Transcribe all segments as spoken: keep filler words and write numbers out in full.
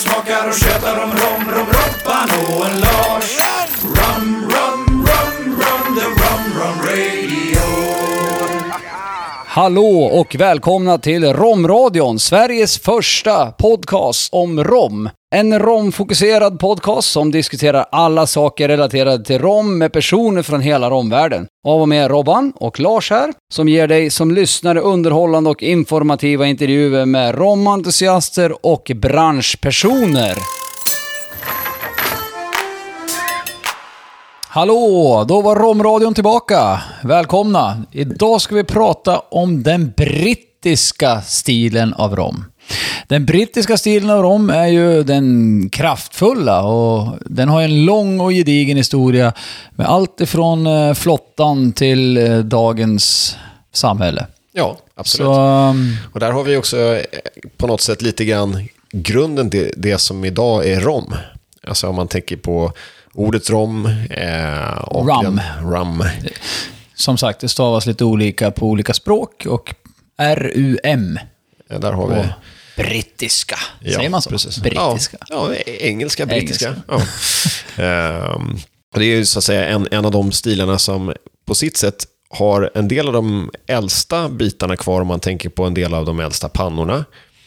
smakar och tjötar om rom, rom, Robban och en Lars. Rum, rum, rum, rum, the rum, rum radio. Hallå och välkomna till Romradion, Sveriges första podcast om rom. En romfokuserad podcast som diskuterar alla saker relaterade till rom med personer från hela romvärlden. Av och med Robban och Lars här, som ger dig som lyssnare underhållande och informativa intervjuer med romentusiaster och branschpersoner. Hallå, då var Romradion tillbaka. Välkomna. Idag ska vi prata om den brittiska stilen av rom. Den brittiska stilen av rom är ju den kraftfulla och den har en lång och gedigen historia med allt ifrån flottan till dagens samhälle. Ja, absolut. Så, och där har vi också på något sätt lite grann grunden till det som idag är rom. Alltså om man tänker på ordet rom eh, och rum. Den, rum. Som sagt, det stavas lite olika på olika språk och R U M. Ja, där har vi brittiska. Ja, säger man så? Precis. Brittiska. Ja, ja, engelska, brittiska. Ja. ehm, det är ju så att säga en, en av de stilarna som på sitt sätt har en del av de äldsta bitarna kvar om man tänker på en del av de äldsta pannorna.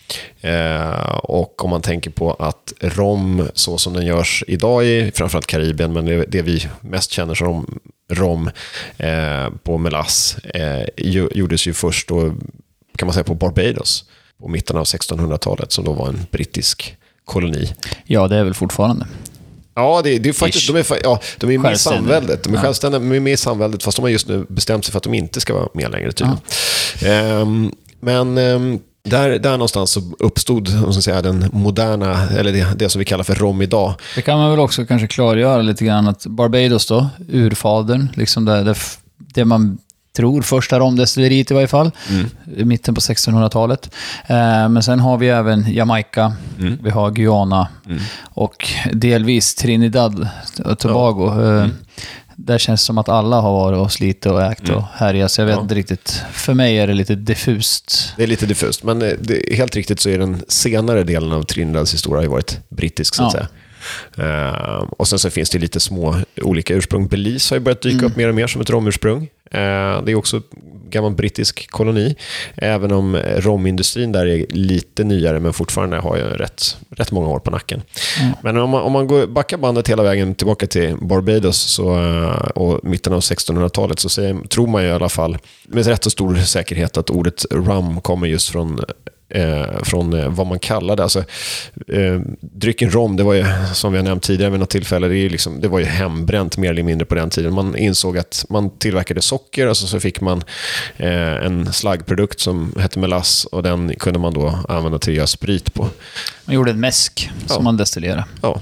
Eh, och om man tänker på att rom så som den görs idag i framförallt Karibien, men det, det vi mest känner som rom eh, på melass eh, ju, gjordes ju först då, kan man säga, på Barbados på mitten av sextonhundratalet, som då var en brittisk koloni. Ja, det är väl fortfarande. Ja, det, det är faktiskt, de är, ja, de är med i samväldet. De är ja. självständiga, de är med i samväldet, fast de har just nu bestämt sig för att de inte ska vara med längre tydligen. Ja. Um, men um, där, där någonstans så uppstod så att säga, den moderna, eller det, det som vi kallar för rom idag. Det kan man väl också kanske klargöra lite grann att Barbados då, urfadern, liksom det, det, det man tror första romdestilleriet i varje fall, mm. i mitten på sextonhundratalet. Eh, men sen har vi även Jamaica, mm. vi har Guyana mm. och delvis Trinidad och Tobago. Ja. Eh, mm. Där känns det som att alla har varit och slitit och ägt och härjat, så jag vet ja. inte riktigt. För mig är det lite diffust. Det är lite diffust, men det, helt riktigt så är den senare delen av Trinidads historia har ju varit brittisk så att ja. säga. Uh, och sen så finns det lite små olika ursprung. Belize har ju börjat dyka mm. upp mer och mer som ett romursprung. Uh, det är också gammal brittisk koloni, även om romindustrin där är lite nyare men fortfarande har ju rätt, rätt många år på nacken. Mm. Men om man, om man går backar bandet hela vägen tillbaka till Barbados så, och mitten av sextonhundratalet så säger, tror man ju i alla fall med rätt så stor säkerhet att ordet rum kommer just från Eh, från eh, vad man kallade alltså, eh, drycken rom, det var ju som vi har nämnt tidigare vid något tillfälle, det, är liksom, det var ju hembränt mer eller mindre på den tiden. Man insåg att man tillverkade socker, alltså så fick man eh, en slaggprodukt som hette melass och den kunde man då använda till att göra sprit på. Man gjorde en mäsk som ja. man destillerade. Ja.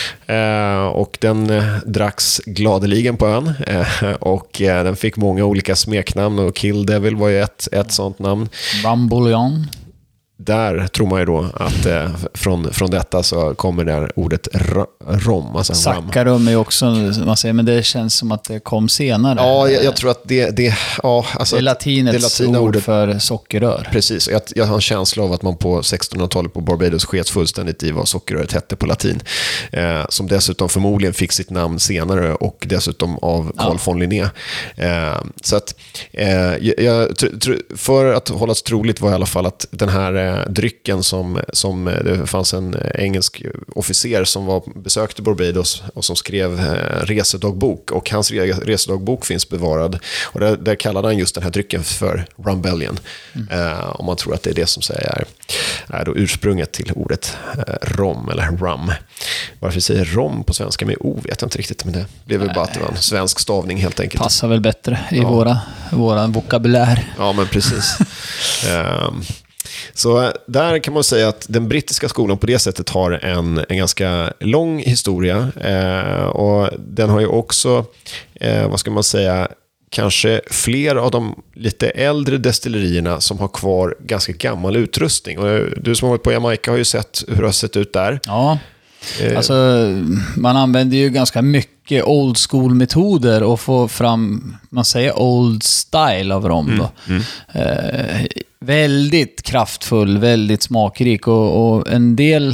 Eh, och den eh, dracks gladeligen på ön eh, och eh, den fick många olika smeknamn och Kill Devil var ju ett, ett sånt namn. Bambouillon. Där tror man ju då att eh, från, från detta så kommer det här ordet r- rom. Alltså Saccharum är ju också, man säger, men det känns som att det kom senare. Ja, jag, jag tror att det, det, ja, alltså det är latinets det latina ord ordet, för sockerrör. Precis, jag, jag har en känsla av att man på sextonhundratalet på Barbados sket fullständigt i vad sockerröret hette på latin. Eh, som dessutom förmodligen fick sitt namn senare och dessutom av Carl ja. von Linné. Eh, så att eh, jag, tr, tr, för att hållas troligt var i alla fall att den här drycken som, som det fanns en engelsk officer som var besökte Barbados och som skrev eh, resedagbok, och hans re- resedagbok finns bevarad och där, där kallade han just den här drycken för rumbellion. Mm. Eh, om man tror att det är det som säger är, är då ursprunget till ordet eh, rom eller rum. Varför säger rom på svenska med o vet jag inte riktigt, men det blev väl bara att det var en svensk stavning helt enkelt. Passar väl bättre i ja. våra, våra vokabulär. Ja, men precis. um, Så där kan man säga att den brittiska skolan på det sättet har en, en ganska lång historia eh, och den har ju också, eh, vad ska man säga, kanske fler av de lite äldre destillerierna som har kvar ganska gammal utrustning. Och du som har varit på Jamaica har ju sett hur det har sett ut där. Ja, alltså man använder ju ganska mycket old school metoder och få fram, man säger old style av rom då. Mm, mm. Eh, väldigt kraftfull, väldigt smakrik och, och en del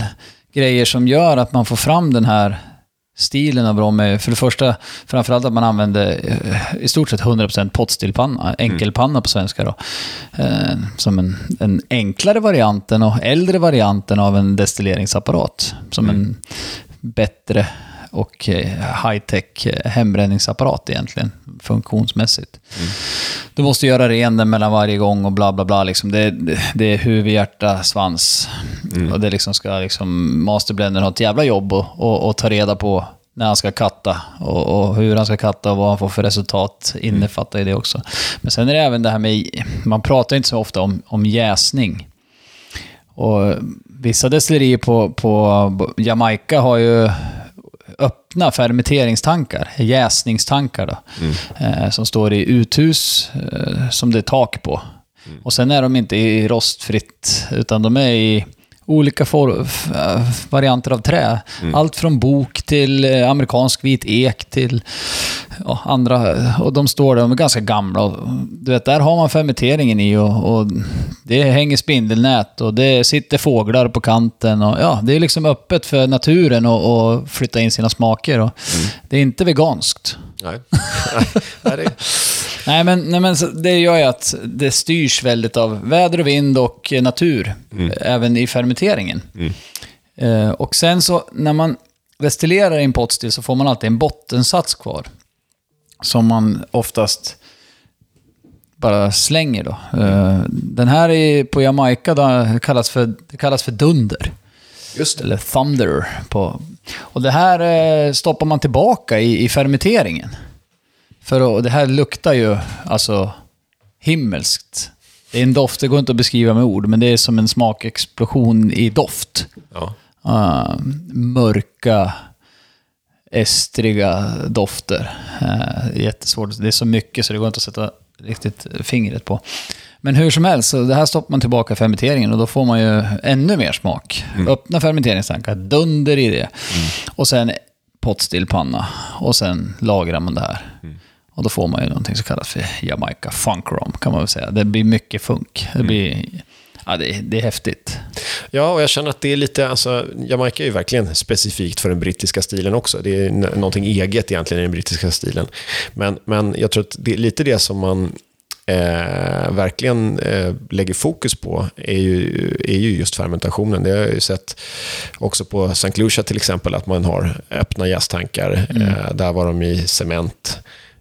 grejer som gör att man får fram den här stilen av rom är för det första framförallt att man använder eh, i stort sett hundra procent pottstillpanna, enkelpanna på svenska då. Eh, som en, en enklare varianten och äldre varianten av en destilleringsapparat. Som mm. en bättre och eh, high-tech hembränningsapparat egentligen, funktionsmässigt. Mm. Du måste göra ren den mellan varje gång och bla bla bla. Liksom. Det, det, det är huvud, hjärta, svans. Mm. Och det liksom ska liksom, masterblendern ha ett jävla jobb och, och, och ta reda på när han ska katta och, och hur han ska katta och vad han får för resultat innefattar i det också. Men sen är det även det här med, man pratar inte så ofta om, om jäsning. Och vissa destillerier på, på Jamaica har ju öppna fermenteringstankar, jäsningstankar då, mm. eh, som står i uthus eh, som det är tak på. Mm. Och sen är de inte i rostfritt utan de är i olika for- varianter av trä. Mm. Allt från bok till eh, amerikansk vit ek till ja, andra. Och de står där, de är ganska gamla. Och, du vet, där har man fermenteringen i och, och det hänger spindelnät och det sitter fåglar på kanten. Och, ja, det är liksom öppet för naturen att flytta in sina smaker. Och mm. det är inte veganskt. Nej, nej, det... nej, men, nej, men det gör ju att det styrs väldigt av väder och vind och natur, mm. även i fermenteringen. Mm. Eh, och sen så, när man destillerar i en potstill så får man alltid en bottensats kvar. Som man oftast bara slänger då. Mm. Eh, den här är på Jamaica då, kallas för, det kallas för dunder. Just det. Eller thunder. På. Och det här eh, stoppar man tillbaka i, i fermenteringen. För att, det här luktar ju alltså himmelskt. Det är en doft, det går inte att beskriva med ord, men det är som en smakexplosion i doft. Ja. Uh, mörka, estriga dofter. Uh, jättesvårt. Det är så mycket så det går inte att sätta riktigt fingret på. Men hur som helst, så det här stoppar man tillbaka i fermenteringen och då får man ju ännu mer smak. Mm. Öppna fermenteringstankar, dunder i det. Mm. Och sen pottstillpanna och sen lagrar man det här. Mm. Och då får man ju någonting som kallas för Jamaica Funk Rom, kan man väl säga. Det blir mycket funk. Det blir... Ja, det är, det är häftigt. Ja, och jag känner att det är lite, alltså, Jamaica är ju verkligen specifikt för den brittiska stilen också. Det är n- någonting eget egentligen i den brittiska stilen. Men, men jag tror att det är lite det som man eh, verkligen eh, lägger fokus på är ju, är ju just fermentationen. Det har jag ju sett också på Saint Lucia till exempel, att man har öppna jästankar. Mm. Eh, där var de i cement.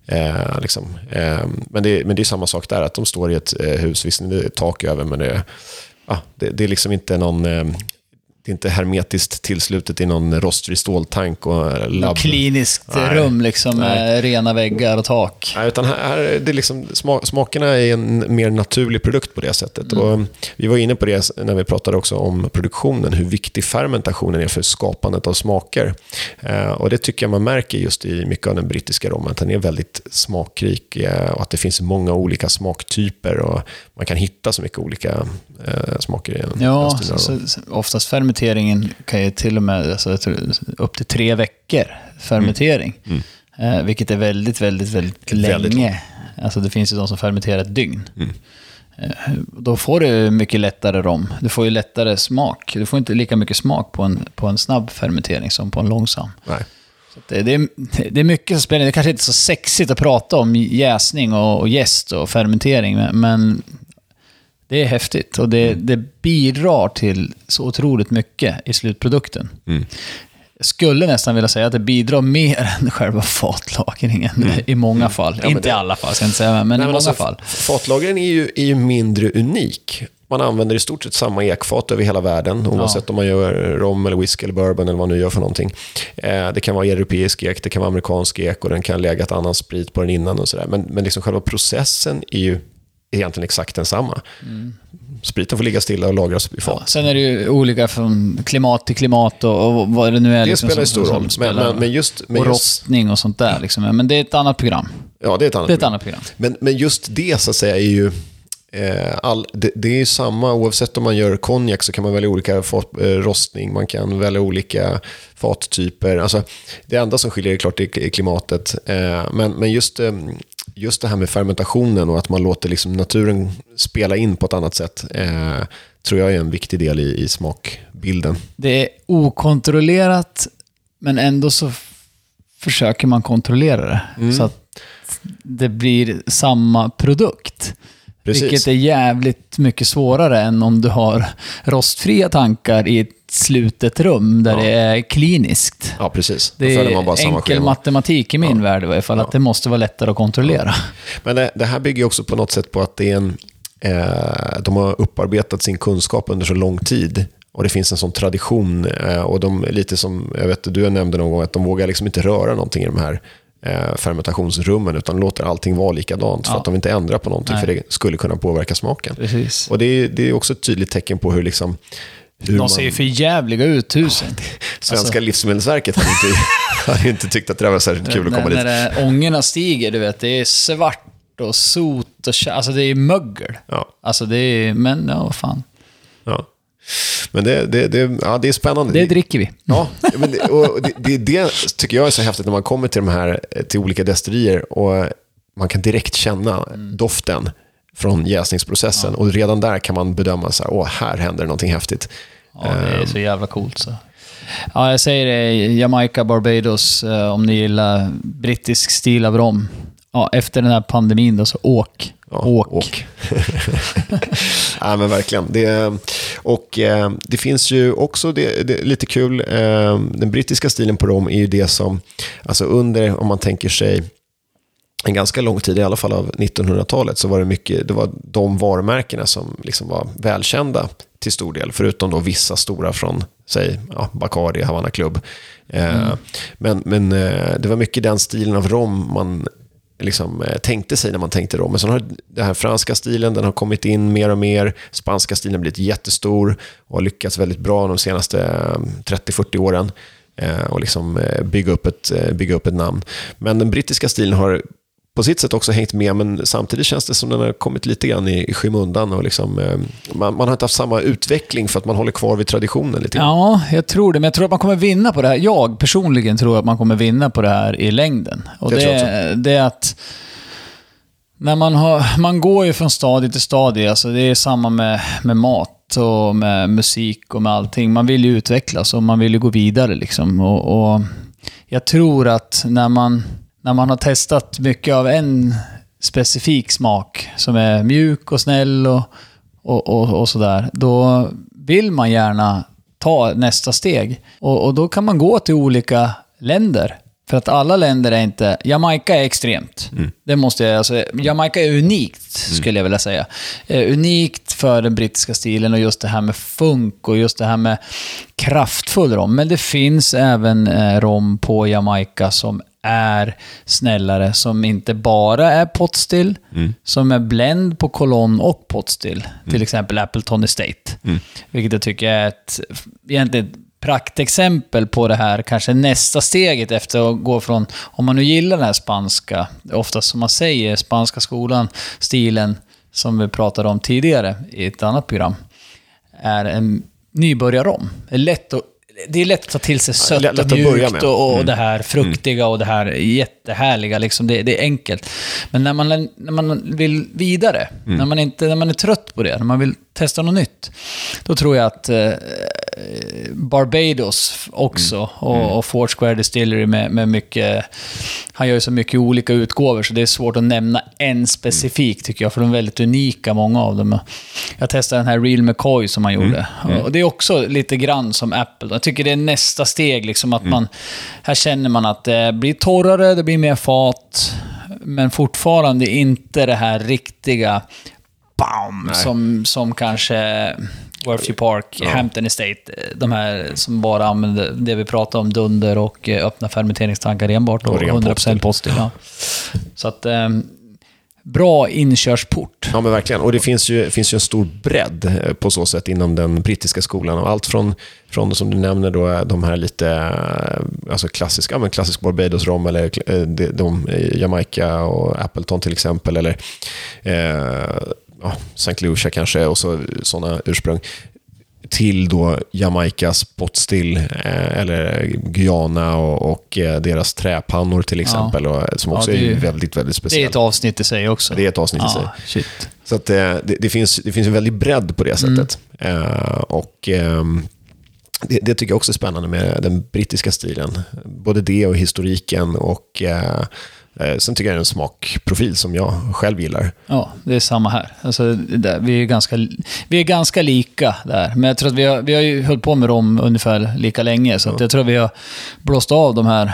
Eh, liksom. eh, men, det, men det är samma sak där, att de står i ett eh, hus, visst det är ett tak över, men det, ah, det, det är liksom inte någon eh, det är inte hermetiskt tillslutet i någon rostfri ståltank och labb. Kliniskt Nej. rum liksom med rena väggar och tak. Nej, utan här det är liksom, smakerna är en mer naturlig produkt på det sättet. Mm. Och vi var inne på det när vi pratade också om produktionen, hur viktig fermentationen är för skapandet av smaker. Eh, och det tycker jag man märker just i mycket av den brittiska rommen, att den är väldigt smakrik eh, och att det finns många olika smaktyper och man kan hitta så mycket olika eh, smaker i en, ja, en så, så, oftast fermenteringen kan ju till och med alltså, upp till tre veckor fermentering. Mm. Mm. Eh, vilket är väldigt, väldigt, väldigt länge. Väldigt. Alltså det finns ju de som fermenterar ett dygn. Mm. Eh, då får du mycket lättare rom. Du får ju lättare smak. Du får inte lika mycket smak på en, på en snabb fermentering som på en långsam. Nej. Så det, det, är, det är mycket som spelar. Det är kanske inte så sexigt att prata om jäsning och, och jäst och fermentering, men, men det är häftigt och det, det bidrar till så otroligt mycket i slutprodukten. Mm. Jag skulle nästan vilja säga att det bidrar mer än själva fatlagringen mm. i många fall. Ja, inte det... i alla fall, ska jag inte säga, men, men Nej, i många alltså, fall. Fatlagringen är ju, är ju mindre unik. Man använder i stort sett samma ekfat över hela världen, oavsett ja. om man gör rom eller whisky eller bourbon eller vad man nu gör för någonting. Eh, det kan vara europeisk ek, det kan vara amerikansk ek och den kan lägga ett annan sprit på den innan och sådär. Men, men liksom själva processen är ju egentligen exakt densamma. Mm. Spriten får ligga stilla och lagras i fat. Ja, sen är det ju olika från klimat till klimat och, och vad det nu är. Det liksom spelar stor roll. Men, men, men just, men och rostning och sånt där. Liksom. Men det är ett annat program. Ja, det är ett annat, det är ett program. annat program. Men, men just det så att säga är ju eh, all, det, det är ju samma, oavsett om man gör konjak så kan man välja olika fat, eh, rostning, man kan välja olika fattyper. Alltså, det enda som skiljer är klart i klimatet. Eh, men, men just eh, Just det här med fermentationen och att man låter liksom naturen spela in på ett annat sätt. Eh, tror jag är en viktig del i, i smakbilden. Det är okontrollerat, men ändå så f- försöker man kontrollera det. Mm. Så att det blir samma produkt. Precis. Vilket är jävligt mycket svårare än om du har rostfria tankar i ett slutet rum där ja. det är kliniskt. Ja, precis. Det är man bara enkel samma matematik i min ja. värld i alla fall, ja. att det måste vara lättare att kontrollera. Ja. Men det, det här bygger också på något sätt på att det är en, eh, de har upparbetat sin kunskap under så lång tid. Och det finns en sån tradition. Eh, och de lite som, jag vet du nämnde någon gång, att de vågar liksom inte röra någonting i de här eh, fermentationsrummen, utan låter allting vara likadant för ja. att de inte ändrar på någonting. Nej. För det skulle kunna påverka smaken. Precis. Och det är, det är också ett tydligt tecken på hur liksom hur de ser ju för jävliga ut, tusen. Ja, Svenska alltså, livsmedelsverket hade inte, hade inte tyckt att det var särskilt kul att komma när, dit. När ångorna stiger, du vet, det är svart och sot och alltså det är mögel. Ja. Alltså det är, men ja, vad fan. Ja. Men det, det, det, ja, det är spännande. Det dricker vi. Ja, men det, och det, det, det tycker jag är så häftigt när man kommer till de här, till olika destillerier och man kan direkt känna mm. doften från jäsningsprocessen. Ja. Och redan där kan man bedöma så här, åh, här händer någonting häftigt. Ja, det är så jävla coolt så. Ja, jag säger det, Jamaica, Barbados, om ni gillar brittisk stil av rom. Ja, efter den här pandemin då, så åk. Ja, åk. åk. Ja, men verkligen. Det, och eh, det finns ju också, det, det är lite kul, eh, den brittiska stilen på rom är ju det som, alltså under, om man tänker sig en ganska lång tid, i alla fall av nittonhundratalet, så var det mycket, det var de varumärkena som liksom var välkända till stor del, förutom då vissa stora från, säg, ja, Bacardi, Havana Club. Eh, mm. Men, men eh, det var mycket den stilen av rom man liksom eh, tänkte sig när man tänkte rom. Men så har den här franska stilen, den har kommit in mer och mer. Spanska stilen har blivit jättestor och har lyckats väldigt bra de senaste eh, trettio till fyrtio åren. Eh, och liksom eh, bygga, upp ett, eh, bygga upp ett namn. Men den brittiska stilen har på sitt sätt också hängt med, men samtidigt känns det som den har kommit lite grann i, i skymundan och liksom, eh, man, man har inte haft samma utveckling för att man håller kvar vid traditionen lite grann. Ja, jag tror det, men jag tror att man kommer vinna på det här. Jag personligen tror att man kommer vinna på det här i längden. Och det, det, det är att när man, har, man går ju från stadie till stadie, alltså det är samma med, med mat och med musik och med allting. Man vill ju utvecklas och man vill ju gå vidare liksom. Och, och jag tror att när man När man har testat mycket av en specifik smak som är mjuk och snäll och, och, och, och sådär, då vill man gärna ta nästa steg. Och, och då kan man gå till olika länder. För att alla länder är inte... Jamaica är extremt. Mm. Det måste jag... Alltså, Jamaica är unikt, skulle jag vilja säga. Eh, unikt för den brittiska stilen och just det här med funk och just det här med kraftfull rom. Men det finns även eh, rom på Jamaica som är snällare, som inte bara är potstill, mm. som är blend på kolonn och potstill. Mm. Till exempel Appleton Estate. Mm. Vilket jag tycker är ett egentligen praktexempel på det här, kanske nästa steget efter att gå från, om man nu gillar den här spanska, oftast som man säger, spanska skolan, stilen som vi pratade om tidigare i ett annat program, är en nybörjarrom. Det är lätt att Det är lätt att ta till sig sött ja, och mjukt och, och mm. det här fruktiga och det här jättehärliga. Liksom. Det, det är enkelt. Men när man, när man vill vidare, mm. när, man inte, när man är trött på det, när man vill testa något nytt, då tror jag att eh, Barbados också mm. och, och Fort Square Distillery med, med mycket, han gör ju så mycket olika utgåvor så det är svårt att nämna en specifik tycker jag, för de är väldigt unika, många av dem. Jag testade den här Real McCoy som han gjorde mm. Mm. och det är också lite grann som Apple. Jag tycker det är nästa steg liksom, att mm. man, här känner man att det blir torrare, det blir mer fat, men fortfarande inte det här riktiga bam, som, som kanske Worthy Park, ja. Hampton Estate, de här som bara använder det vi pratade om, dunder och öppna fermenteringstankar enbart och, och hundra procent postil. Ja. Så att eh, bra inkörsport. Ja, men verkligen. Och det finns ju, finns ju en stor bredd på så sätt inom den brittiska skolan. Och allt från, från som du nämner då, de här lite alltså klassiska, men klassisk Barbados rom eller de, de Jamaica och Appleton till exempel, eller eh, ja, Saint Lucia kanske, och så sådana ursprung, till då Jamaicas potstill eh, eller Guyana och, och eh, deras träpannor till exempel, ja. och, som också ja, är, är väldigt, väldigt speciellt. Det är ett avsnitt i sig också. Det är ett avsnitt i ja, sig. Shit. Så att, eh, det, det, finns, det finns en väldig bredd på det sättet. Mm. Eh, och... Eh, Det, det tycker jag också är spännande med den brittiska stilen. Både det och historiken och eh, sen tycker jag det är en smakprofil som jag själv gillar. Ja, det är samma här. Alltså, det, vi, är ganska, vi är ganska lika där. Men jag tror att vi har, vi har ju hållit på med dem ungefär lika länge. Så att jag tror att vi har blåst av de här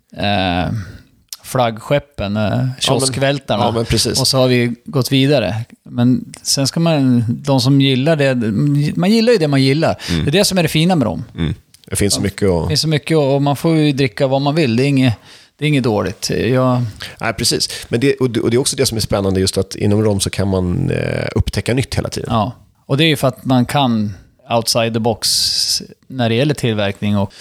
eh, flaggskeppen, eh, kioskvältarna. Ja, men, ja, men och så har vi gått vidare. Men sen ska man, de som gillar det, man gillar ju det man gillar. Mm. Det är det som är det fina med dem. Mm. Det finns så mycket och... Det finns så mycket och man får ju dricka vad man vill. Det är inget, det är inget dåligt. Jag... Nej, precis. Men det, och det är också det som är spännande, just att inom rom så kan man eh, upptäcka nytt hela tiden. Ja, och det är ju för att man kan outside the box när det gäller tillverkning och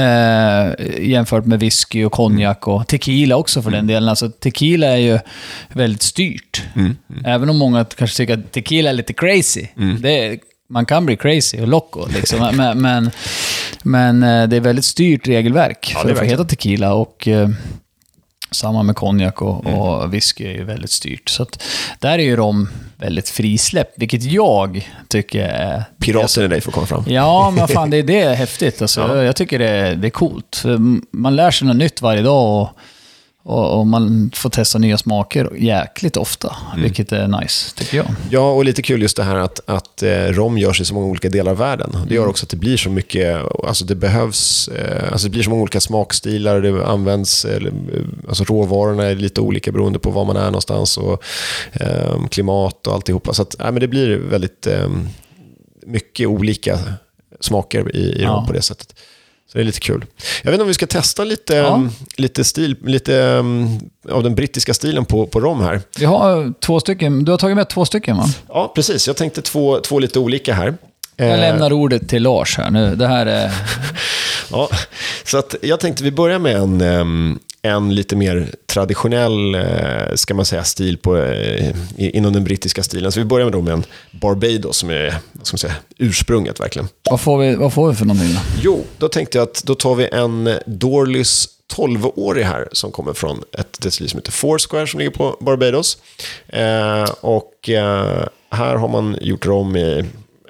eh, jämfört med whisky och konjak och tequila också för mm. den delen. Alltså tequila är ju väldigt styrt. Mm. Mm. Även om många kanske tycker att tequila är lite crazy. Mm. Det är, man kan bli crazy och loco liksom. men, men, men det är väldigt styrt regelverk ja, för att få heta tequila och eh, samma med konjak och, mm. och whisky är ju väldigt styrt. Så att där är ju de väldigt frisläpp, vilket jag tycker är... Piraten i dig får komma fram. Ja, men fan, det, det är häftigt. Alltså. Ja. Jag tycker det, det är coolt. För man lär sig något nytt varje dag och, och, och man får testa nya smaker jäkligt ofta, mm. vilket är nice, tycker jag. Ja, och lite kul just det här att, att eh, rom görs i så många olika delar av världen. Det gör också att det blir så mycket, alltså det behövs, eh, alltså det blir så många olika smakstilar, det används, eller, alltså råvarorna är lite olika beroende på var man är någonstans och eh, klimat och alltihopa. Så att, ja, men det blir väldigt eh, mycket olika smaker i, i rom ja. på det sättet. Så det är lite kul. Jag vet inte om vi ska testa lite, ja. lite stil, lite um, av den brittiska stilen på, på rom här. Vi har två stycken. Du har tagit med två stycken, va? Ja, precis. Jag tänkte två, två lite olika här. Jag lämnar ordet till Lars här nu. Det här är... ja, så att jag tänkte vi börjar med en, um, en lite mer traditionell, uh, ska man säga, stil på, uh, inom den brittiska stilen. Så vi börjar med, då med en Barbados som är, vad ska man säga, ursprunget verkligen. Vad får vi, vad får vi för någonting då? Jo, då tänkte jag att då tar vi en Dorlys tolv-årig här som kommer från ett destilleri som heter Foursquare som ligger på Barbados. Uh, och uh, här har man gjort rom i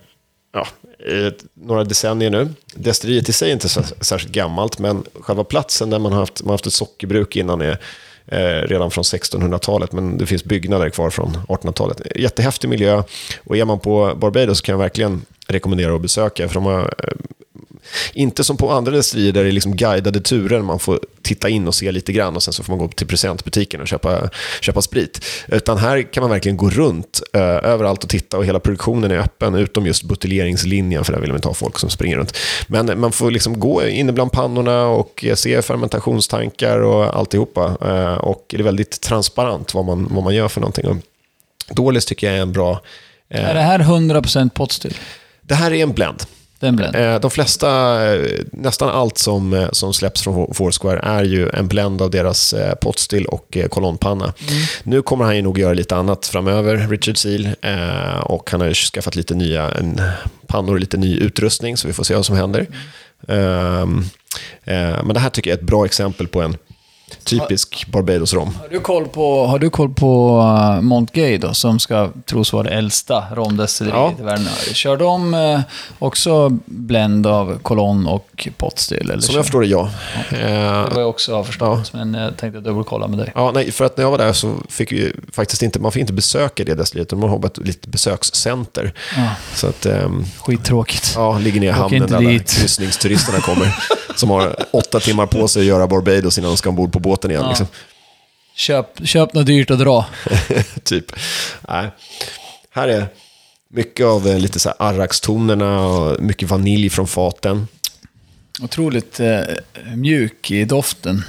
ja, några decennier nu. Destilleriet i sig är inte så, särskilt gammalt, men själva platsen där man har haft, man har haft ett sockerbruk innan är eh, redan från sextonhundratalet, men det finns byggnader kvar från artonhundratalet. Jättehäftig miljö, och är man på Barbados så kan jag verkligen rekommendera att besöka, för de har eh, inte som på andra destillerier där det är liksom guidade turer, man får titta in och se lite grann och sen så får man gå till presentbutiken och köpa, köpa sprit. Utan här kan man verkligen gå runt eh, överallt och titta, och hela produktionen är öppen utom just buteljeringslinjen, för där vill man inte ha folk som springer runt. Men man får liksom gå in bland pannorna och se fermentationstankar och alltihopa. Eh, och det är väldigt transparent vad man, vad man gör för någonting. Och Dorlys tycker jag är en bra... Eh, är det här hundra procent potstill? Det här är en blend. Den De flesta, nästan allt som, som släpps från Foursquare är ju en blend av deras potstill och kolonnpanna. Mm. Nu kommer han ju nog göra lite annat framöver, Richard Seal, och han har ju skaffat lite nya en, pannor och lite ny utrustning, så vi får se vad som händer. Mm. Men det här tycker jag är ett bra exempel på en typisk Barbados-rom. Har du koll på, har du koll på uh, Montgay då, som ska tros vara det äldsta romdestilleriet ja. i världen? Kör de uh, också blend av kolonn och potstill? Eller som kör? jag förstår det, ja. ja. Det var jag också har förstått, ja. men jag tänkte dubbelkolla med dig. Ja, nej, för att när jag var där så fick vi faktiskt inte, man fick inte besöka det destilleriet, man har ett litet besökscenter. Ja. Så att, um, skittråkigt. Ja, ligger ner i hamnen där alla kryssningsturisterna kommer, som har åtta timmar på sig att göra Barbados innan de ska ombord på båten igen. Ja. Liksom. Köp, köp något dyrt att dra. typ. Nej. Här är mycket av lite så här arraxtonerna och mycket vanilj från faten. Otroligt eh, mjuk i doften.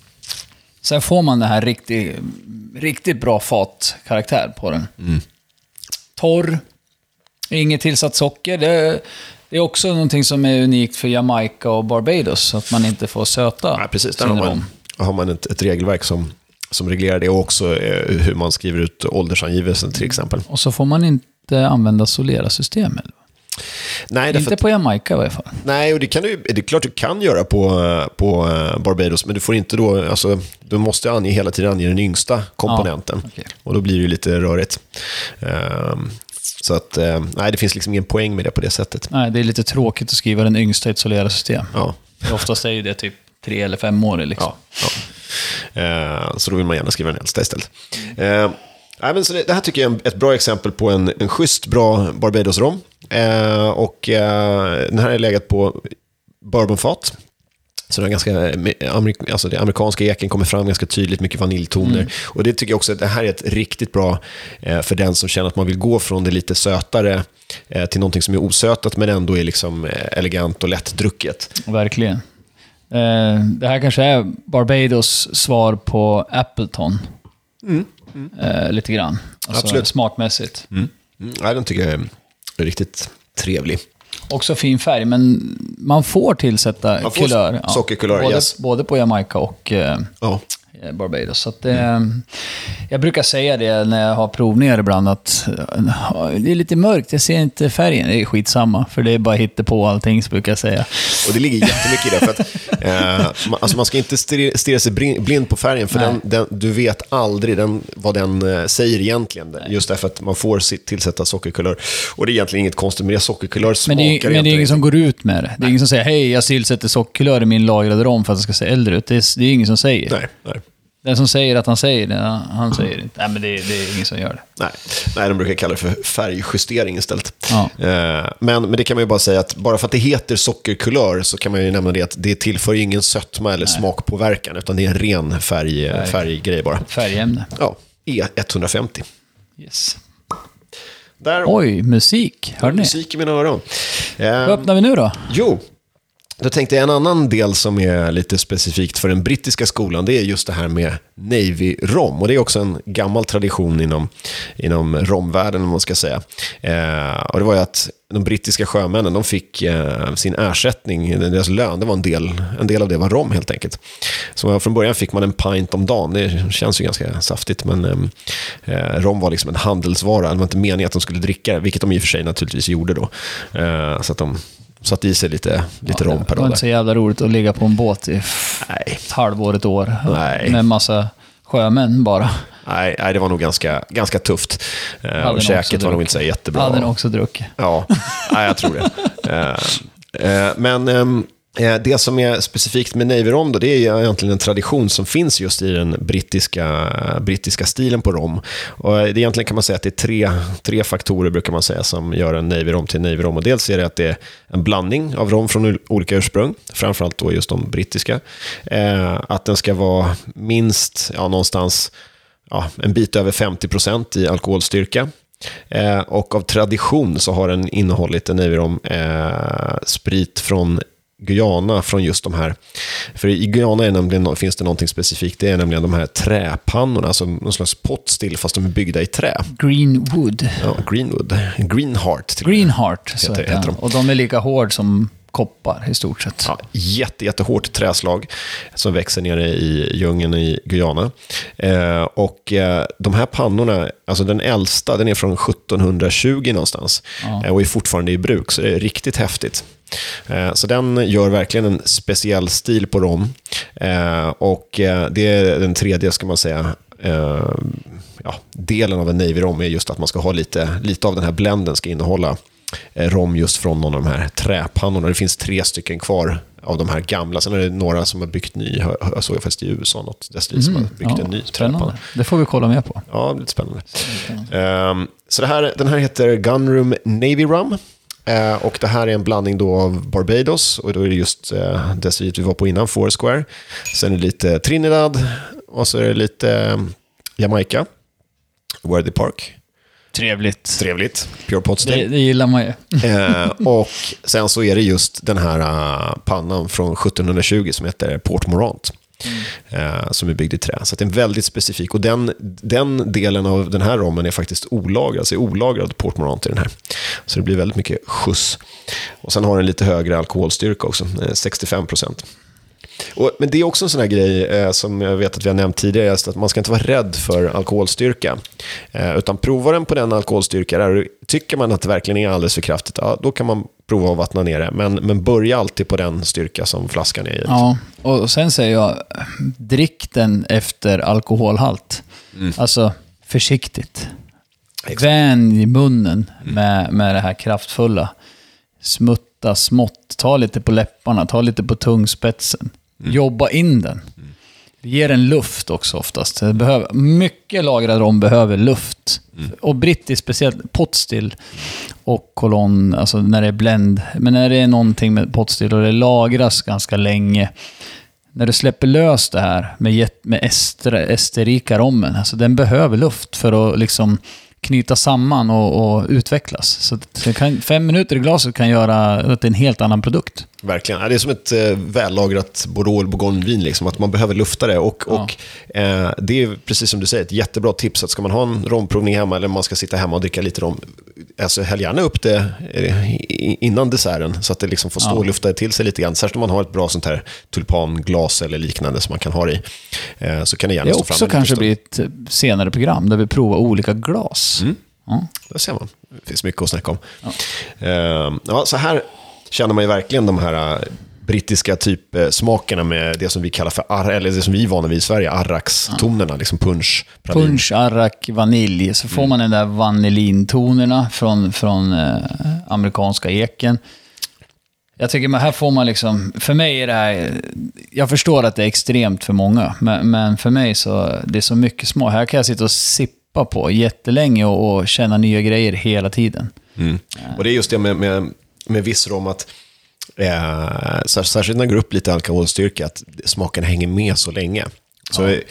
Sen får man den här riktigt, riktigt bra fatkaraktär på den. Mm. Torr. Inget tillsatt socker. Det, det är också någonting som är unikt för Jamaica och Barbados, så att man inte får söta. Nej, precis. Där har man, har man ett, ett regelverk som, som reglerar det, och också eh, hur man skriver ut åldersangivelsen till exempel. Och så får man inte använda Solera-systemet. Nej, Inte att, på Jamaica i alla fall. nej, och det, kan du, det är klart du kan göra på, på Barbados, men du får inte då, alltså, du måste ange, hela tiden ange den yngsta komponenten. Ja, okay. Och då blir det ju lite rörigt. Um, så att, uh, nej, det finns liksom ingen poäng med det på det sättet. Nej, det är lite tråkigt att skriva den yngsta i ett solersystem. Ja. Oftast är ju det typ tre eller fem år liksom. Ja, ja. Uh, så då vill man gärna skriva den äldsta istället. Uh, nej, men så det, det här tycker jag är ett bra exempel på en, en schysst, bra Barbados-rom. Uh, och uh, den här är legat på bourbonfat. Så den ganska, amerik- alltså det amerikanska eken kommer fram ganska tydligt, mycket vaniljtoner. Mm. Och det tycker jag också att det här är ett riktigt bra eh, för den som känner att man vill gå från det lite sötare eh, till någonting som är osötat men ändå är liksom eh, elegant och lättdrucket. Verkligen. Eh, det här kanske är Barbados svar på Appleton. Mm. Mm. Eh, lite grann. Alltså, absolut. Smakmässigt. Mm. Mm. Ja, den tycker jag är riktigt trevlig. Också fin färg, men man får tillsätta man får kulör. sockerkulör, både, yes. både på Jamaica och eh, ja. Barbados. Så att, eh, mm. Jag brukar säga det när jag har provningar ibland, att eh, det är lite mörkt, jag ser inte färgen. Det är skitsamma, för det är bara hitta på allting, så brukar jag säga. Och det ligger jättemycket i det, för att eh, man, alltså man ska inte stirra sig blind på färgen, för den, den, du vet aldrig den, vad den eh, säger egentligen. Nej. Just därför att man får tillsätta sockerkulör. Och det är egentligen inget konstigt med det. Sockerkulör smakar. Men det är, men det är ingen som går ut med det. Det är nej. Ingen som säger, hej, jag tillsätter sockerkulör i min lagrade rom för att det ska se äldre ut. Det är, det är ingen som säger. Nej, nej. Den som säger att han säger det, han säger det inte. Nej, men det, det är ingen som gör det. Nej, nej, de brukar kalla det för färgjustering istället. Ja. Men, men det kan man ju bara säga att bara för att det heter sockerkulör så kan man ju nämna det att det tillför ingen sötma eller nej. Smakpåverkan, utan det är en ren färg, Färg. färggrej bara. Färgämne. Ja, E etthundrafemtio. Yes. Där, oj, musik. Hörde ni? Musik i mina öron. Vad öppnar vi nu då? Jo, då tänkte jag en annan del som är lite specifikt för den brittiska skolan, det är just det här med Navy-rom. Och det är också en gammal tradition inom, inom romvärlden, om man ska säga. Eh, och det var ju att de brittiska sjömännen, de fick eh, sin ersättning, deras lön, det var en del, en del av det var rom helt enkelt. Så från början fick man en pint om dagen, det känns ju ganska saftigt, men eh, rom var liksom en handelsvara, det var inte meningen att de skulle dricka, vilket de i och för sig naturligtvis gjorde då. Eh, så att de satt i sig lite, lite ja, rom per dag. Det var inte så jävla roligt att ligga på en båt i nej. ett halvår, ett år. Nej. Med en massa sjömän bara. Nej, nej, det var nog ganska, ganska tufft. Uh, och käket var nog inte så jättebra. Hade den också druckit? Ja, nej, jag tror det. Uh, uh, men um, det som är specifikt med Navy-rom då, det är egentligen en tradition som finns just i den brittiska, brittiska stilen på rom. Och det egentligen kan man säga att det är tre, tre faktorer brukar man säga som gör en Navy-rom till Navy-rom. Och dels är det att det är en blandning av rom från olika ursprung, framförallt då just de brittiska. Eh, att den ska vara minst ja, någonstans ja, en bit över femtio procent i alkoholstyrka. Eh, och av tradition så har den innehållit en Navy-rom eh, sprit från Guyana, från just de här. För i Guyana är nämligen, finns det någonting specifikt. Det är nämligen de här träpannorna, alltså någon slags potstill fast de är byggda i trä. Greenwood. Ja, Greenwood. Greenheart. Greenheart, så heter, heter de. Och de är lika hård som koppar i stort sett. Ja, jätte, jättehårt träslag som växer nere i djungeln i Guyana. Eh, och eh, de här pannorna, alltså den äldsta, den är från sjuttonhundratjugo någonstans. Ja. Eh, och är fortfarande i bruk, så det är riktigt häftigt. Eh, så den gör verkligen en speciell stil på rom. Eh, och eh, det är den tredje, ska man säga, eh, ja, delen av en Navy-rom är just att man ska ha lite, lite av den här blenden ska innehålla rom just från någon av de här träpannorna. Det finns tre stycken kvar av de här gamla. Sen är det några som har byggt ny. Jag såg faktiskt i U S A något destilleri som mm, har byggt ja, en ny träpanna. Det får vi kolla mer på. Ja, det är lite spännande. Um, så det här, den här heter Gunroom Navy Rum. Uh, och det här är en blandning då av Barbados. Och då är det just uh, destilleriet vi var på innan, Foursquare. Sen är det lite Trinidad. Och så är det lite um, Jamaica. Worthy Park. Trevligt. Trevligt. Pure pot det, det gillar man ju. eh, och sen så är det just den här uh, pannan från sjuttonhundratjugo som heter Port Morant. Mm. Eh, som är byggd i trä. Så det är en väldigt specifik. Och den, den delen av den här rommen är faktiskt olagrad. Så är olagrad Port Morant i den här. Så det blir väldigt mycket skjuts. Och sen har den lite högre alkoholstyrka också. Eh, sextiofem procent. Och, men det är också en sån här grej eh, som jag vet att vi har nämnt tidigare, att man ska inte vara rädd för alkoholstyrka. Eh, utan prova den på den alkoholstyrka där. Tycker man att det verkligen är alldeles för kraftigt, ja, då kan man prova att vattna ner det. Men, men börja alltid på den styrka som flaskan är i. Ja, och sen säger jag, drick den efter alkoholhalt. Mm. Alltså, försiktigt. Exakt. Vän i munnen med, med det här kraftfulla. Smutta smått. Ta lite på läpparna, ta lite på tungspetsen. Mm. Jobba in den. Mm. Det ger en luft också oftast. Det behöver, mycket lagrad rom behöver luft. Mm. Och brittisk, speciellt potstill och kolonn, alltså när det är blend. Men när det är någonting med potstill och det lagras ganska länge. När du släpper lös det här med, med ester, esterika rommen, alltså den behöver luft för att liksom knyta samman och, och utvecklas. Så det kan, fem minuter i glaset kan göra en helt annan produkt. Verkligen. Det är som ett eh, vällagrat Bordeaux eller Bourgogne-vin, liksom, att man behöver lufta det. Och, ja. och eh, det är precis som du säger, ett jättebra tips att ska man ha en romprovning hemma eller man ska sitta hemma och dricka lite rom, alltså häll gärna upp det eh, innan desserten så att det liksom får stå ja. och lufta till sig lite grann. Särskilt om man har ett bra sånt här tulpanglas eller liknande som man kan ha i. Eh, så kan det gärna det stå fram. Det också kanske blir ett senare program där vi provar olika glas. Mm. Ja. Det ser man. Det finns mycket att snacka om. Ja. Eh, ja, så här känner man ju verkligen de här brittiska typ eh, smakerna med det som vi kallar för ar- eller det som vi är vana vid i Sverige, arrax-tonerna, ja. liksom punch, pralin. Punch, arrak, vanilj. Så får mm. man den där vanillintonerna från, från eh, amerikanska eken. Jag tycker att här får man liksom, för mig är det här, jag förstår att det är extremt för många, men, men för mig så det är så mycket små. Här kan jag sitta och sippa på jättelänge och, och känna nya grejer hela tiden. Mm. Och det är just det med, med med viss rom att eh, särskilt när det går upp lite alkoholstyrka att smaken hänger med så länge. Så ja. eh,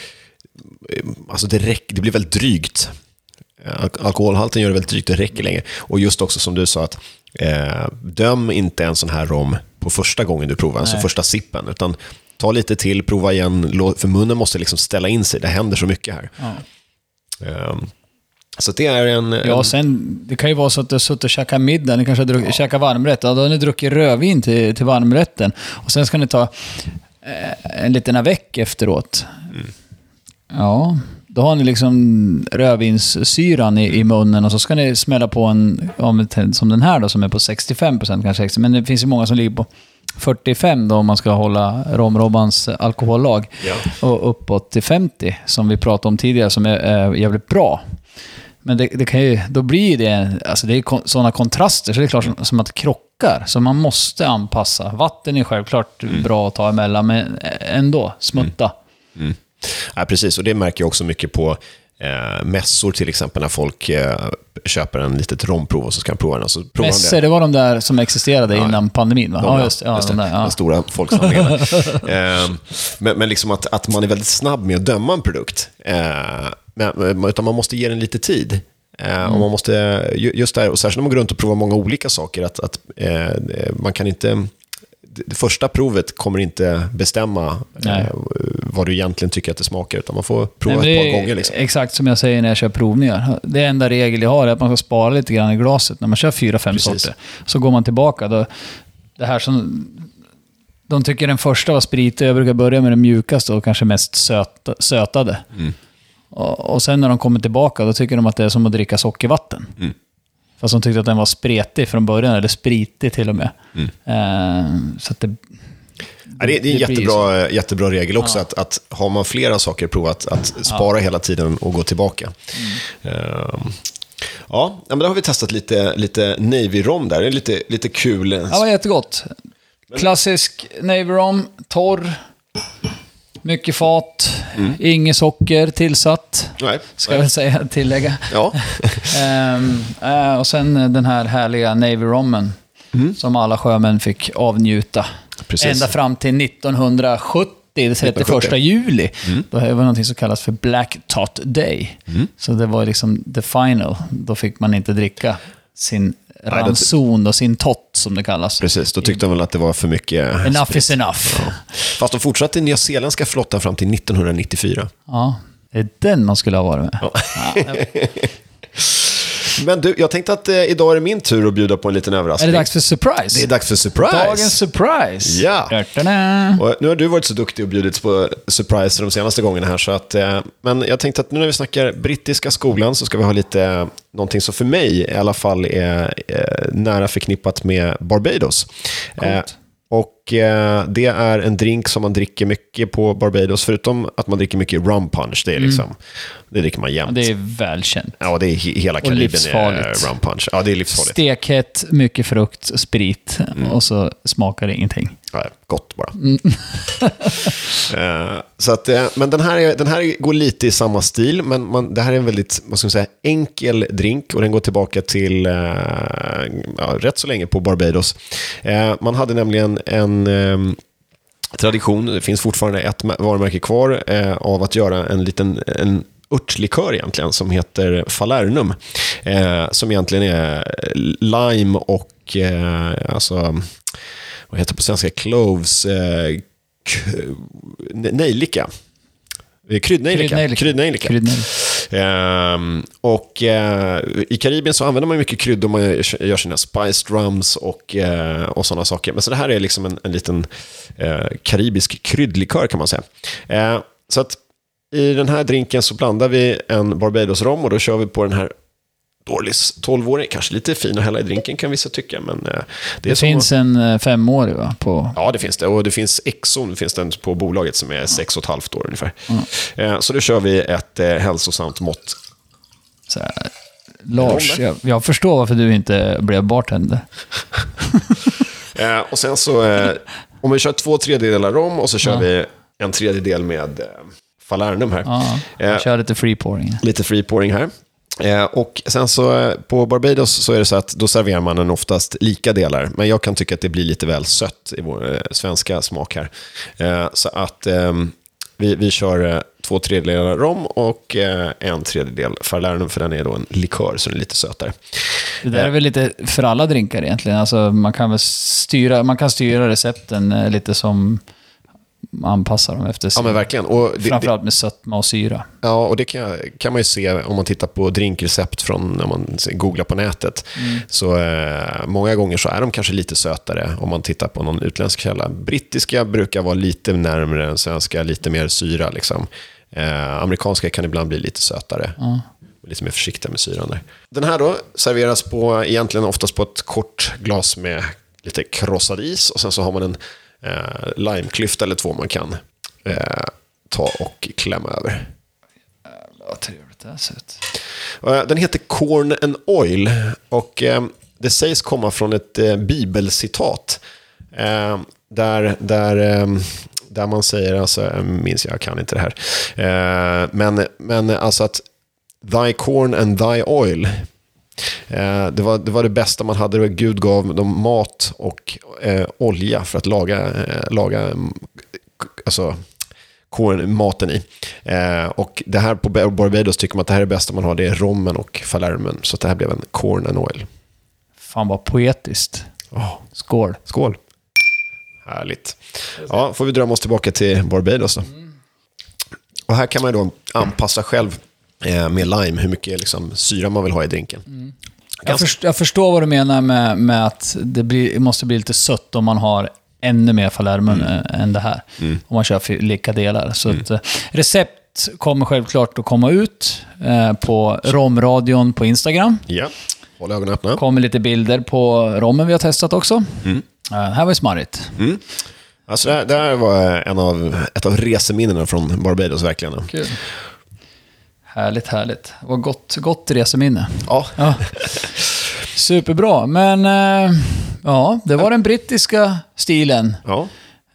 alltså det, räcker, det blir väldigt drygt. Alkoholhalten gör det väldigt drygt, det räcker länge. Och just också som du sa att eh, döm inte en sån här rom på första gången du provar, alltså första sippen, utan ta lite till, prova igen, för munnen måste liksom ställa in sig, det händer så mycket här. Ja. Eh, Så det är en... Ja, sen, det kan ju vara så att du har suttit och käkat middag, ni kanske har druckit, ja. käkat varmrätt, ja, då har ni druckit rödvin till, till varmrätten, och sen ska ni ta eh, en liten veck efteråt. Mm. Ja, då har ni liksom rödvinssyran i, i munnen, och så ska ni smälla på en, som den här då, som är på sextiofem procent kanske, men det finns ju många som ligger på fyrtiofem då, om man ska hålla romrobbans alkohollag, ja. och uppåt till femtio som vi pratade om tidigare, som är, är jävligt bra. Men det, det kan ju, då blir det, alltså det är kon, sådana kontraster, så det är klart som, som att krockar, så man måste anpassa. Vatten är självklart mm. bra att ta emellan, men ändå smutta. Mm. Mm. Ja, precis, och det märker jag också mycket på eh, mässor till exempel, när folk eh, köper en litet romprov och så ska de prova den. Och så provar mässor, det. det var de där som existerade ja, innan pandemin, va? De, ja, just, ja, just det, de där, ja. Den stora folksamlingen. eh, men, men liksom att, att man är väldigt snabb med att döma en produkt. Eh, men, utan man måste ge den lite tid. Eh, mm. Och man måste, just där, och särskilt när man går runt och provar många olika saker, att, att eh, man kan inte... Det första provet kommer inte bestämma eh, vad du egentligen tycker att det smakar, utan man får prova Nej, ett par gånger. Liksom. Exakt som jag säger när jag kör provningar. Det enda regel jag har är att man ska spara lite grann i glaset. När man kör fyra, fem sorter, så går man tillbaka. Då, det här som, de tycker den första var sprit, jag brukar börja med den mjukaste och kanske mest söta, sötade. Mm. Och, och sen när de kommer tillbaka, då tycker de att det är som att dricka sockervatten. Mm. Fast de tyckte att den var spretig från början, eller spritig till och med. Mm. Uh, så att det, ja, det, det är en det jättebra, jättebra regel också, ja. att, att har man flera saker provat, att spara ja. hela tiden och gå tillbaka. Mm. Uh, ja, men då har vi testat lite, lite Navy Rom där. Det är lite, lite kul. Ja, det var jättegott. Klassisk Navy Rom, torr. Mycket fat, mm. inget socker tillsatt. Nej, ska jag väl säga, tillägga. Ja. um, uh, och sen den här härliga Navy Rommen mm. som alla sjömän fick avnjuta. Precis. Ända fram till nittonhundrasjuttio, det trettioförsta juli. Mm. Då var det något som kallas för Black Tot Day. Mm. Så det var liksom the final. Då fick man inte dricka sin ranson och sin tott, som det kallas. Precis, då tyckte de väl att det var för mycket enough sprit. Is enough. Ja. Fast de fortsatte i nya zeeländska flottan fram till nittonhundranittiofyra. Ja, det är den man skulle ha varit med. Ja. Ja, Men du, jag tänkte att eh, idag är det min tur att bjuda på en liten överraskning. Är det dags för surprise? Det är dags för surprise. Dagens surprise. Ja. Da-da-da. Och nu har du varit så duktig och bjudit på surprise de senaste gångerna här. Så att, eh, men jag tänkte att nu när vi snackar brittiska skolan så ska vi ha lite eh, någonting som för mig i alla fall är eh, nära förknippat med Barbados. Eh, och eh, det är en drink som man dricker mycket på Barbados, förutom att man dricker mycket rum punch. Det är liksom, mm. det dricker man jämt. Ja, det är välkänt. Ja, det är he- hela Karibien är rum punch. Ja, det är livsfarligt. Stekhett, mycket frukt, sprit mm. och så smakar det ingenting. Ja, gott bara. Mm. uh, så att, uh, men den här, är, den här går lite i samma stil, men man, det här är en väldigt, vad ska man säga, enkel drink och den går tillbaka till uh, ja, rätt så länge på Barbados. Uh, man hade nämligen en um, tradition, det finns fortfarande ett varumärke kvar uh, av att göra en liten en örtlikör egentligen som heter Falernum, uh, som egentligen är lime och uh, alltså vad heter på svenska, cloves, eh, k- nejlika. Kryddnejlika. Kryddnejlika. Ehm, och eh, i Karibien så använder man mycket kryddor, man gör sina spice drums och, eh, och sådana saker. Men så det här är liksom en, en liten eh, karibisk kryddlikör kan man säga. Eh, så att i den här drinken så blandar vi en Barbados rom och då kör vi på den här Dorlis tolv-åring, kanske lite fin att hälla i drinken kan vissa tycka, men eh, det, det är finns som... en femårig va? På... Ja, det finns det, och det finns Exxon, finns den på bolaget som är sex och ett halvt år ungefär. Mm. Eh, så då kör vi ett eh, hälsosamt mått. Så här, Lars, jag, jag förstår varför du inte blev bartender. eh, och sen så, eh, om vi kör två tredjedelar rom och så kör ja. vi en tredjedel med eh, Falernum här. Ja, jag eh, kör lite free pouring. Lite free pouring här. Eh, och sen så eh, på Barbados så är det så att då serverar man den oftast lika delar, men jag kan tycka att det blir lite väl sött i vår eh, svenska smak här. Eh, så att eh, vi, vi kör eh, två tredjedelar rom och eh, en tredjedel Falernum, för den är då en likör så den är lite sötare. Det där är väl lite för alla drinkar egentligen. Alltså man kan väl styra, man kan styra recepten eh, lite som anpassar dem efter sig. Ja, men verkligen. Och det, framförallt med sötma och syra. Ja, och det kan, kan man ju se om man tittar på drinkrecept från när man googlar på nätet. Mm. Så eh, många gånger så är de kanske lite sötare om man tittar på någon utländsk källa. Brittiska brukar vara lite närmare än svenska, lite mer syra liksom. Eh, amerikanska kan ibland bli lite sötare. Mm. Lite mer försiktiga med syran där. Den här då serveras på, egentligen oftast på ett kort glas med lite krossad is, och sen så har man en Eh, limeklyft eller två man kan eh, ta och klämma över. Vad trevligt det här ser ut. Eh, den heter Corn and Oil och eh, det sägs komma från ett eh, bibelcitat eh, där, där, eh, där man säger, alltså, jag minns jag kan inte det här, eh, men, men alltså att thy corn and thy oil, Eh, det, var, det var det bästa man hade. Gud gav dem mat och eh, olja för att laga, eh, laga alltså, korn, maten i. Eh, och det här på Barbados tycker man att det här är det bästa man har. Det är rommen och falernum. Så det här blev en corn and oil. Fan vad poetiskt. Oh. Skål. Skål. Härligt. Ja, får vi drömma oss tillbaka till Barbados då. Mm. Och här kan man då anpassa själv med lime, hur mycket liksom syra man vill ha i drinken. Mm. Jag, först, jag förstår vad du menar med, med att det blir, måste bli lite sött om man har ännu mer falernum mm. än det här. Mm. Om man kör lika delar. Så mm. att, recept kommer självklart att komma ut eh, på romradion på Instagram. Ja, håll ögonen öppna. Kommer lite bilder på rommen vi har testat också. Mm. Uh, här var smarrigt. Mm. Alltså det här, det här var en av, ett av reseminnena från Barbados verkligen. Kul. Härligt, härligt. Vad gott, gott reseminne. Ja. ja. Superbra. Men äh, ja, det var den brittiska stilen. Ja.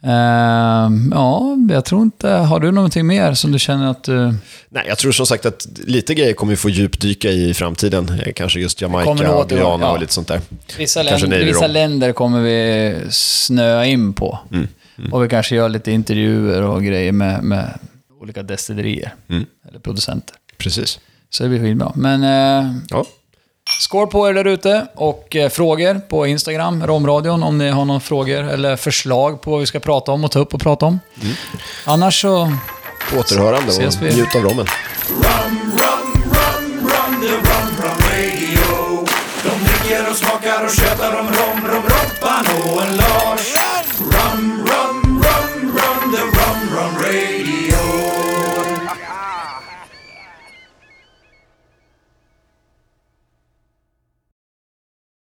Äh, ja, jag tror inte... Har du någonting mer som du känner att du... Nej, jag tror som sagt att lite grejer kommer vi få djupdyka i framtiden. Kanske just Jamaica och Guyana ja. och lite sånt där. Vissa, länder, vissa länder kommer vi snöa in på. Mm. Mm. Och vi kanske gör lite intervjuer och grejer med, med olika destillerier. Mm. Eller producenter. Precis. Så det blir skitbra. Men eh, ja. skål på er där ute och eh, frågor på Instagram, Romradion, om ni har några frågor eller förslag på vad vi ska prata om och ta upp och prata om. Mm. Annars så... Återhörande och njut av rommen. Rum, rum, rum, rum, the rum, rum radio. och tjötar om rom, rom, Robban och en Lars. Rum, rum.